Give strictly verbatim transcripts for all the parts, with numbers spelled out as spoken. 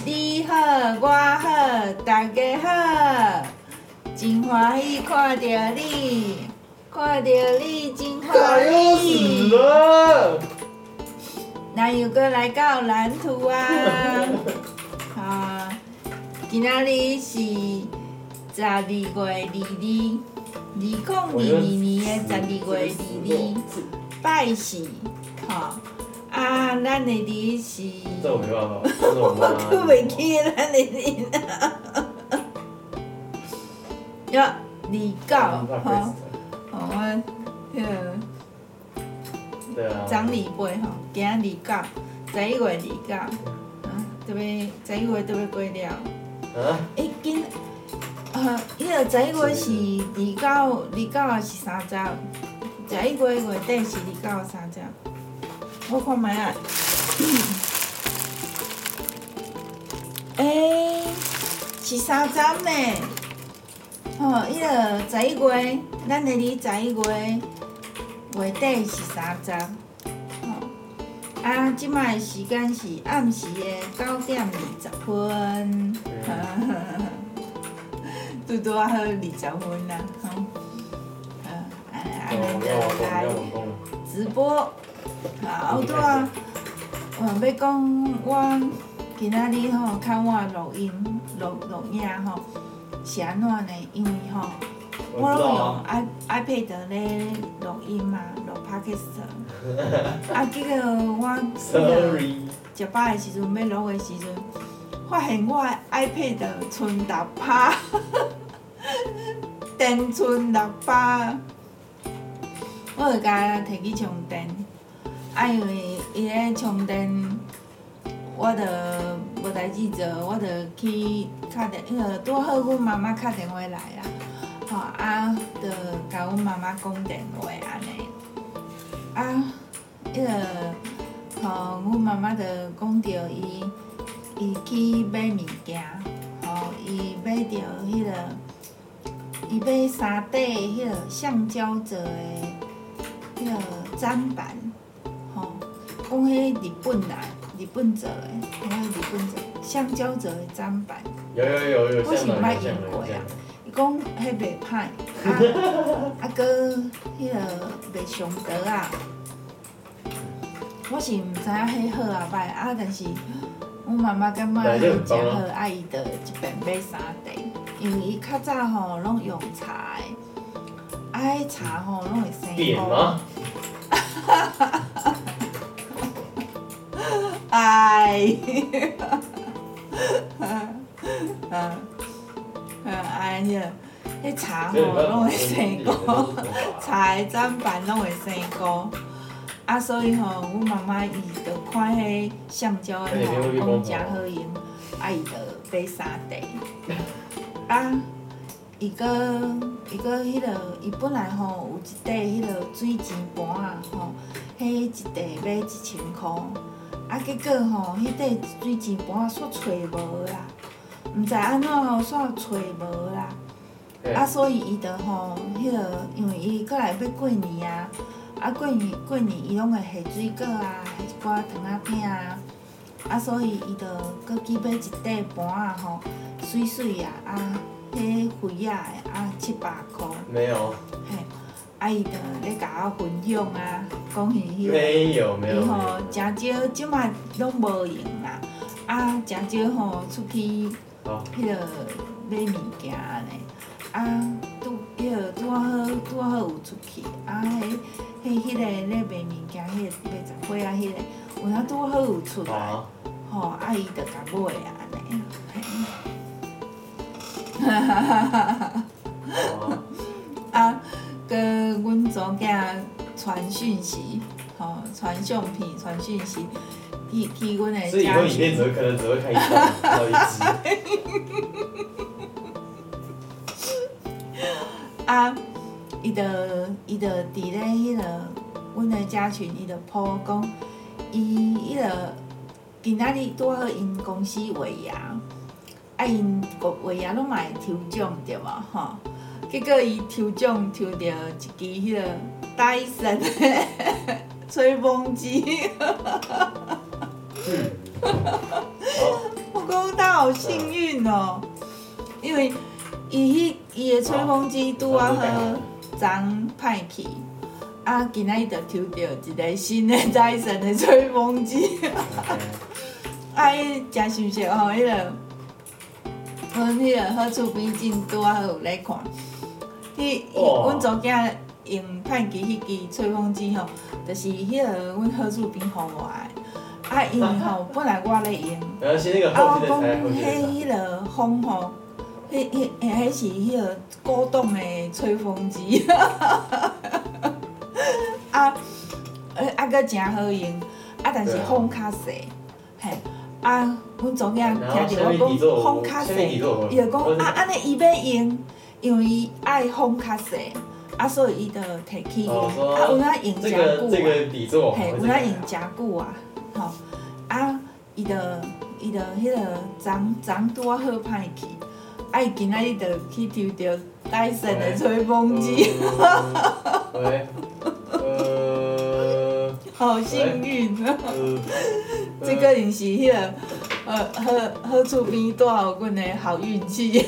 你好，我好，大家好，真欢喜看到你，看到你真欢喜。 死了！ 咱又搁来到蓝图啊！啊，今仔日是十二月二二，二零二二年的十二月二二，拜四，吼。啊，咱的日是， 这我没办法，这是我妈。 我袂记咱的日啦。呀，二九，吼，吼我迄个对啊。 长二八吼，今仔二九，十一月二九，啊，都要十一月都要过了。 啊？ 诶，今，呃，迄个十一月是二九，二九也是三十，十一月月底是二九三十。我看卖啊，诶、欸，是三十呢。吼、哦，迄个十一月，咱的哩十一月月底是三十。吼、哦，啊，即摆时间是暗时的九點二十分，拄拄啊好二十分啦，吼、哦，啊，安尼安尼就来直播。啊，拄啊，呃，要讲我今仔日吼，看我录音录录影吼，是安怎呢？因为吼，我拢用 i iPad 咧录音嘛，录 podcast。啊，结果我迄个食饱的时阵要录的时阵，发现我的 iPad 剩六趴，电剩六趴，我就甲摕去充电。啊，因为伊咧充电，我着无代志做，我着去敲电，迄个拄好阮妈妈敲电话来啦，吼啊，着甲阮妈妈讲电话安尼，啊，迄个吼阮妈妈着讲着伊伊去买物件，吼伊买着迄个伊买三块迄个橡胶做的迄个砧板。吼，讲迄日本啦，日本做的，迄日本做橡胶做的砧板。 有有有有， 我是毋捌用过啊。伊讲迄袂歹，啊啊，搁迄个袂上桌啊。我是毋知影迄好啊歹啊，但是阮妈妈感觉迄诚好，啊伊着一遍买三块，因为伊较早吼拢用茶的，啊迄茶吼拢会生菇。哎，啊，哎呀，迄茶吼拢会生菇，茶的砧板拢会生菇，啊，所以吼，阮妈妈伊着看迄橡胶的吼，讲诚好用，啊，伊着买三块，啊，伊搁伊搁迄个，伊本来吼有一块迄个水钱盘啊，吼，迄一块要一千箍。啊，结果吼，迄块水钱盘煞找无啦，毋知安怎吼煞找无啦。啊，所以伊着吼，迄个因为伊过来要过年啊，啊过年过年伊拢会下水果啊，下一寡糖仔片啊，啊所以伊着搁去买一块盘啊吼，水水啊，啊，迄肥啊的啊七八箍。 没有。 嘿。啊，伊着咧甲我分享啊，讲伊迄个，伊吼诚少，即摆拢无用啦。啊，诚少吼出去迄个买物件安尼。啊，拄迄个拄啊好，拄啊好有出去。啊，迄迄迄个咧卖物件，迄个卖十块啊，迄个有影拄啊好有出来，吼啊，伊着甲买啊安尼。哈哈哈哈哈！啊。跟阮祖囝传讯息，吼传相片、传讯息，去去阮的家。 所以以后影片只会可能只会看一段，到一支。 啊，伊着伊着伫咧迄个阮的家群，伊着 po 讲，伊迄个今仔日拄好因公司尾牙，啊因尾牙拢嘛会抽奖对无吼？结果伊抽奖抽到一支迄个戴森的吹风机，我讲好幸运哦，因为伊迄伊的吹风机拄啊好昨歹去，啊今仔日就抽到一个新的戴森的吹风机，啊伊真熟悉吼，迄个阮迄个好厝边正拄啊好有咧看，迄阮祖囝用歹去迄支吹风机吼，就是迄个阮好厝边互我的，啊因为吼本来我咧用，啊我讲迄迄个风吼。迄迄迄是迄个古董的吹风机，啊，啊搁真好用，啊但是风较细，嘿，啊，阮祖囝听着我讲风较细，伊就讲啊安尼伊要用，因为伊爱风较细，啊所以伊就摕去用，啊有哪用诚久啊，嘿，有哪用诚久啊，吼，啊伊就伊就迄个昨昨拄啊好歹去。啊！伊今仔日就去抽到戴森的吹风机， 喂，呃， 好幸运啊！这个定是迄个呃好好厝边带互阮的好运气。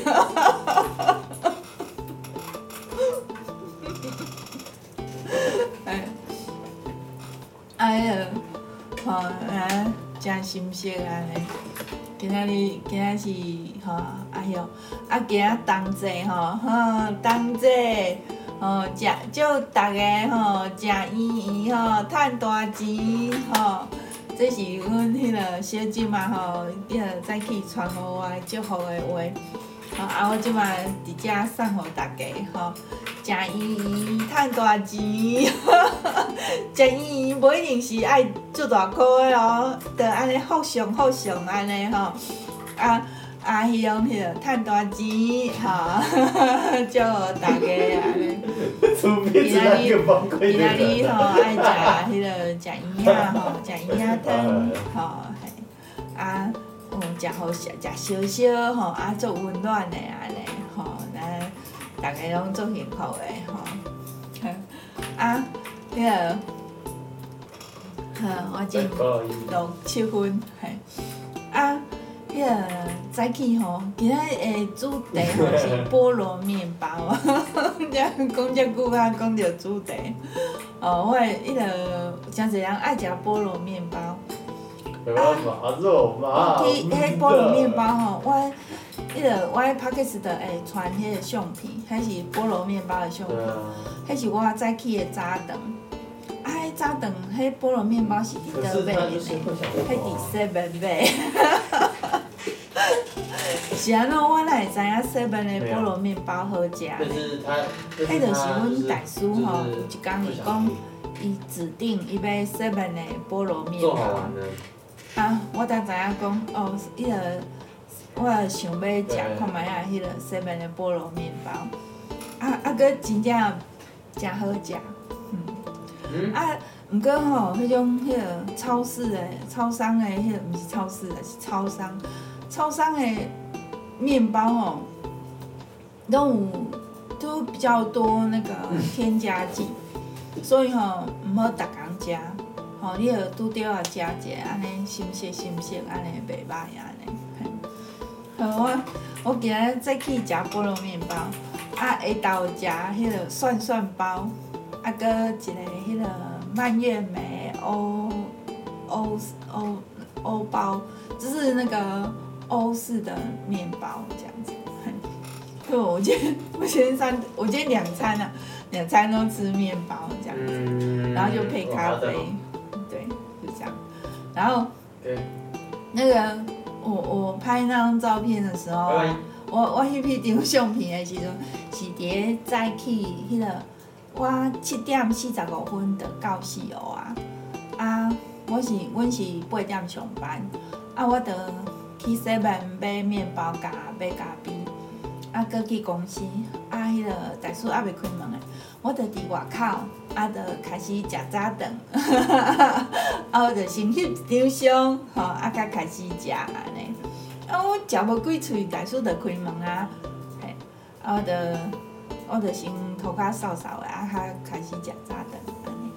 哎，哎呀，吼啊，真心惜安尼。今仔日今仔是吼，哎哟，啊今仔同齐吼，吼同齐吼，食祝大家吼食圆圆吼，赚大钱吼，这是阮迄个小姊嘛吼，迄个早起传互我祝福的话，吼啊我即摆伫遮送互大家吼，食圆圆赚大钱，食圆圆无一定是爱足大箍的哦，着安尼福上福上安尼吼，啊啊希望迄个赚大钱吼，祝福大家安尼。今仔日今仔日吼爱食迄个食圆仔吼，食圆仔汤吼，嘿啊，哦食好食食烧烧吼，啊足温暖的安尼吼，咱大家拢足幸福的吼，啊迄个。呵，我今六七分，嘿，啊，迄个早起吼，今仔的主题吼是菠萝面包，这讲遮久啊，讲到主题，哦，我迄个真侪人爱食菠萝面包。 马肉嘛。 去迄菠萝面包吼，我迄个我 Podcast 的会传迄个相片，迄是菠萝面包的相片，迄是我早起的早顿。啊，迄早顿，迄菠萝面包是伫倒买的呢？迄伫 seven 买。是安怎我哪会知影 seven 的菠萝面包好食呢？迄就是阮大叔吼，有一工伊讲，伊指定伊要 seven 的菠萝面包。啊，我才知影讲，哦，迄个我想要食看卖啊，迄个 seven 的菠萝面包。啊啊，佫真正真好食。嗯、啊，毋过吼，迄种迄个超市的、超商的，迄个毋是超市的，是超商。超商的面包吼，拢有都比较多那个添加剂，所以吼毋好逐工食。吼，你着拄着啊食一下，安尼心息心息，安尼袂歹安尼。好，我我今日早起食菠萝面包，啊下昼食迄个涮涮包。啊，搁一个迄个蔓越莓欧欧欧欧包，就是那个欧式的面包这样子。对，我今天我今天三我今天两餐啊，两餐都吃面包这样子，然后就配咖啡，对，就这样。然后那个我我拍那张照片的时候啊，我我迄批张相片的时阵是伫早起迄个。我七点四十五分就到四湖啊，啊，我是阮是八点上班，啊，我就去 seven 买面包甲买咖啡，啊，搁去公司，啊，迄个大叔还袂开门诶，我就伫外口，啊，就开始食早顿，啊，我就先翕一张相，吼，啊，才开始食安尼，啊，我食无几喙，大叔就开门啊，嘿，啊，我就。我就先涂骹扫扫的，啊，较开始食早顿安尼，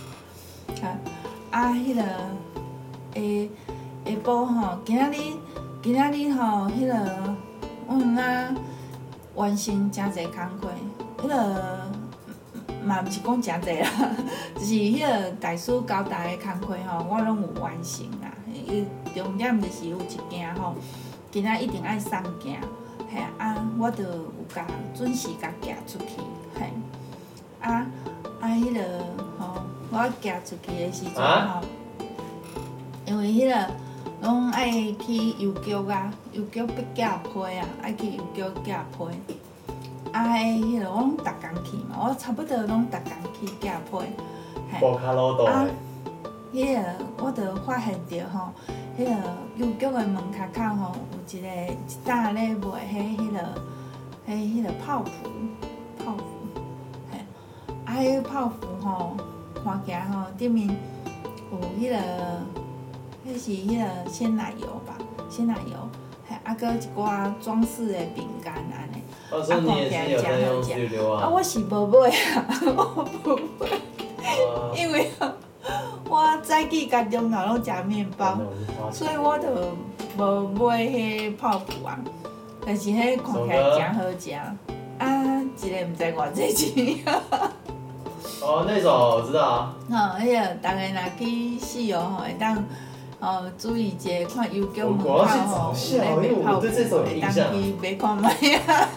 嘿，啊，啊，迄个下下晡吼，今仔日今仔日吼，迄、那个我若完成诚济工课，迄、那个嘛毋是讲诚济啦，就是迄个大师交代的工课吼，我拢有完成啦。伊重点就是有一件吼，今仔一定爱送件，嘿啊，我着有甲准时甲寄出去，嘿啊啊，迄、那个吼，我寄出去的时阵吼，因为迄、那个。拢爱去邮局啊，邮局要寄批啊，爱去邮局寄批。啊，迄个我拢逐工去嘛，我差不多拢逐工去寄批。 无卡路道的。 迄个我着发现着吼，迄个邮局的门口口吼有一个一担咧卖迄迄个迄迄个泡芙，泡芙。嘿，啊，迄个泡芙吼，看起来吼顶面有迄个。迄是迄个鲜奶油吧，鲜奶油，嘿，啊，搁一寡装饰的饼干安尼， 啊，看起来真好食。 啊，我是无买啊，我无买，因为我早起甲中昼拢食面包，所以我就无买迄泡芙啊。但是迄看起来真好食，啊，一个毋知偌济钱。 哦，那种我知道啊。 吼，迄个逐个若去试哦，吼，会当。哦，注意者，看邮局门口吼，有咧卖泡芙，会当去买看卖啊。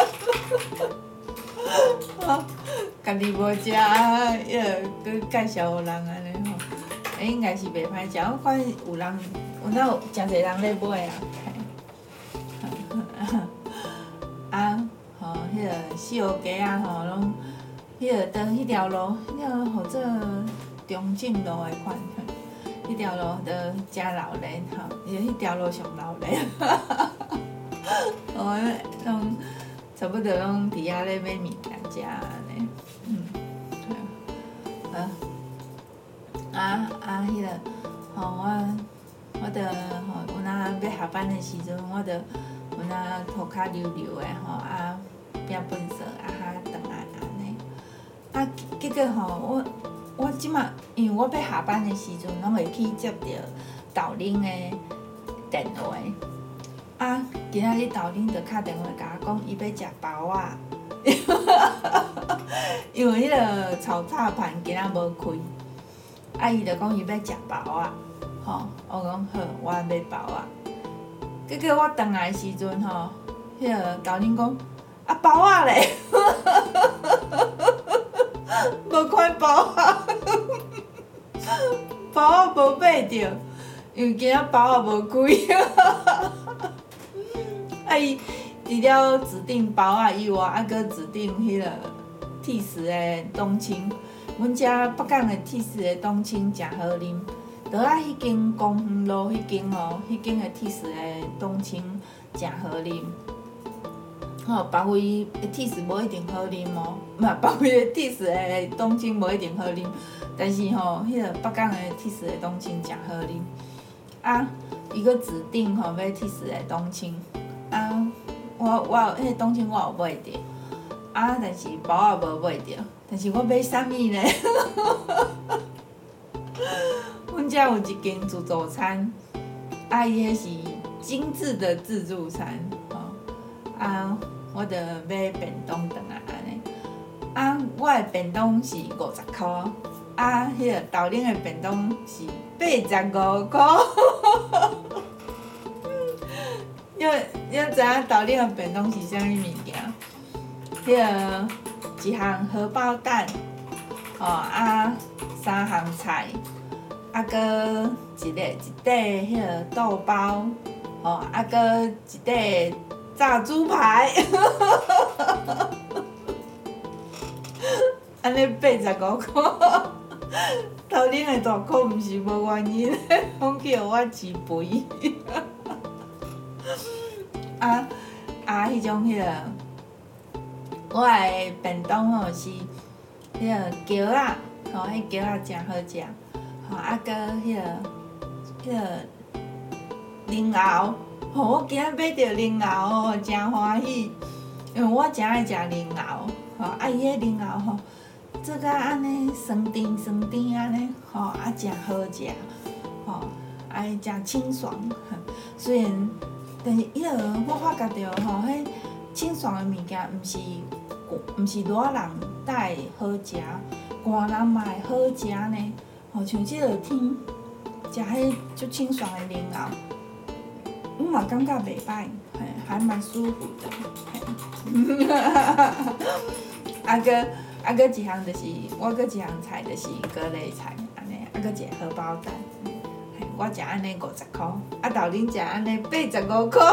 哦，家己无食啊，迄个佮介绍互人安尼吼，诶，应该是袂歹食。我看有人，有哪有诚侪人咧买啊。啊，吼，迄个四号街啊，吼，拢迄个当迄条路，迄条号做中正路的款。迄条路都真闹热吼，伊迄条路上闹热，我拢差不多拢伫遐咧买物件食安尼，嗯，啊啊啊，迄个吼我我着吼有若要下班的时阵，我着有若涂骹溜溜的吼，啊拼粪扫啊哈转来安尼，啊结果吼我。我即马，因为我要下班的时阵，拢会去接到豆奶的电话。啊，今仔日豆奶就敲电话甲我讲，伊要食包仔，因为迄个炒菜盘今仔无开，啊伊就讲伊要食包仔，吼，我讲好，我要买包仔。结果我转来的时阵吼，迄个豆奶讲，啊包仔咧。无看包仔，包仔无买着，因为今仔包仔无开。啊伊除了指定包仔以外，啊搁指定迄个铁丝的冬青。阮遮北港的铁丝的冬青诚好啉，倒啊迄间公园路迄间哦，迄间的铁丝的冬青诚好啉。吼，别位的铁丝无一定好啉哦，嘛，别位的铁丝的冬青无一定好啉，但是吼，迄个北港的铁丝的冬青诚好啉。啊，伊佫指定吼要铁丝的冬青，啊，我我迄个冬青我有买着，啊，但是包仔无买着，但是我买啥物呢？阮遮有一间自助餐，啊，伊迄是精致的自助餐，吼，啊。我着买便当转来安尼，啊，我的便当是五十箍，啊，迄个豆奶的便当是八十五箍。你你知影豆奶的便当是啥物物件？迄个一项荷包蛋，吼啊，三项菜，啊，搁一个一块迄个豆包，吼啊，搁一块。炸猪排，安尼八十五箍，豆奶的大箍毋是无原因的，拢去互我饲肥。啊啊，迄种迄个，我的便当吼是迄个饺仔，吼，迄饺仔真好食，吼啊，搁迄个迄个灵藕。吼、哦！我今仔买着灵藕哦，真欢喜，因为我真爱食灵藕。吼，啊伊迄灵藕吼，做甲安尼酸甜酸甜安尼，吼啊真好食，吼啊真清爽。虽然但是迄落我发觉着吼，迄清爽的物件，毋是毋是热人才会好食，寒人嘛会好食呢。吼，像即落天食迄足清爽的莲藕，我嘛感觉袂歹，嘿，还蛮舒服的。嘿，啊个啊个一项就是，我个一项菜就是高丽菜，安尼，啊个一个荷包蛋。我食安尼五十箍，啊豆恁食安尼八十五箍。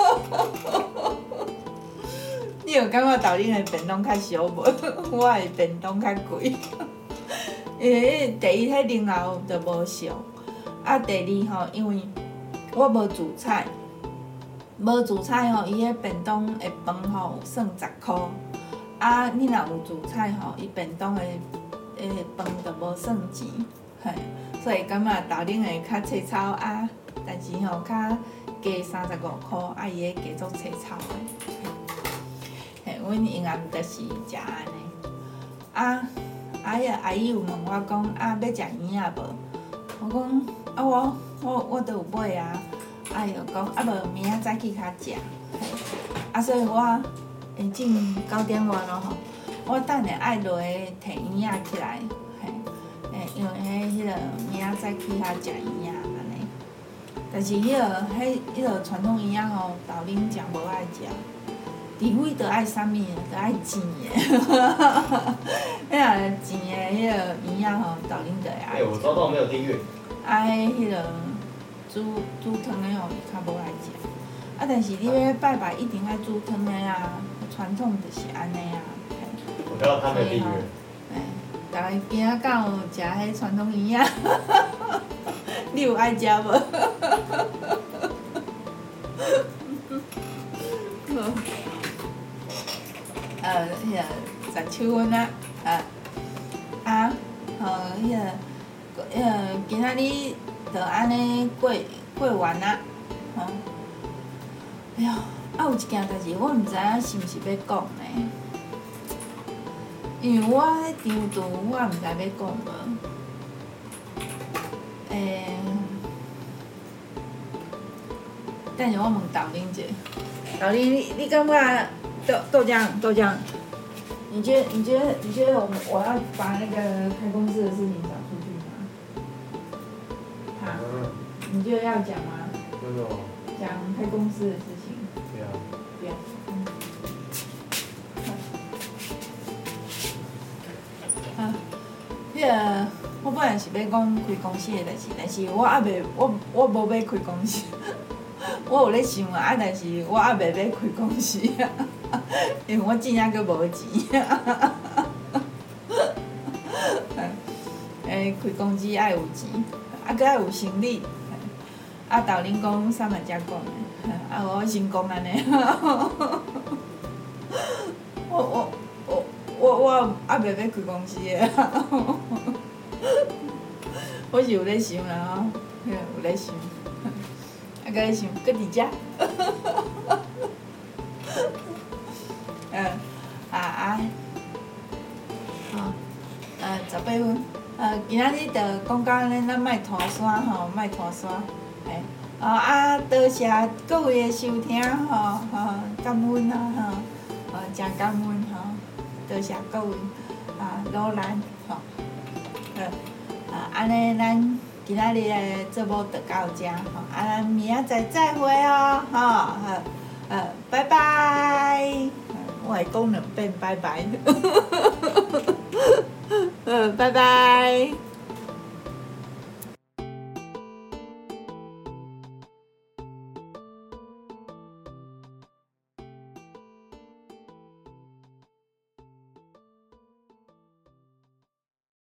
你有感觉豆恁的便当较俗无？我的便当较贵。因为第一，迄莲藕就无熟；啊，第二吼，因为我无煮菜，无煮菜吼，伊迄便当的饭吼算十箍。啊，你若有煮菜吼，伊便当的诶饭就无算钱，嘿。所以感觉豆奶会较粗糙啊，但是吼较加三十五箍，啊伊个加足粗糙的。嘿，阮永远就是食安尼。啊，啊迄阿姨有问我讲，啊要食圆仔无？我讲啊我我我都有买啊。啊伊就讲啊无明仔早起较食。啊所以我下晝九點外咯吼，我等下愛落去摕圓仔起來。因为迄迄落明仔早起遐食圆仔安尼，但是迄落迄迄落传统圆仔吼，豆奶真无爱食，除非着爱啥物，着爱甜的。迄若甜的迄落圆仔吼，豆奶着会爱。 哎，我收到没有订阅。 啊，迄迄落煮煮汤的吼，伊较无爱食。啊，但是你要拜拜一定爱煮汤的啊，传统就是安尼啊。 我看到他没有订阅。 逐个今仔敢有食迄传统圆仔？你有爱食无？呃，迄个十手阮啊，啊啊，吼，迄个，迄个今仔日就安尼过过完啊，吼。哎哟，啊有一件代志，我毋知影是毋是要讲呢。因为我迄张图我毋知要讲无，诶、欸，等下我问豆奶者，豆奶你你感觉豆豆浆豆浆，你觉得你觉得你觉得我们我要把那个开公司的事情讲出去吗？好，你觉得要讲吗？ 为什么？ 讲开公司的事情。 不要。 不要。啊，迄个我本来是要讲开公司的代志，但是我还袂，我我无要开公司，我有咧想啊，但是我还袂要开公司，因为我真正阁无钱。诶，开公司爱有钱，啊，阁爱有生理。啊，豆奶讲啥物才讲的，啊，我先讲安尼。我我。我我还袂要开公司的，我是有咧想啦吼，有咧想，啊，搁咧想，搁伫遮，嗯，啊啊，吼，呃，十八分，呃，今仔日就讲到安尼，咱莫拖山吼，莫拖山，嘿，哦啊，多谢各位的收听吼，吼，感恩啊吼，哦，真感恩吼。多谢各位啊，努力吼，呃，啊，安尼咱今仔日的节目就到遮吼，啊，咱明仔载再会哦，吼，好，呃，拜拜，我会讲两遍拜拜，呃，拜拜。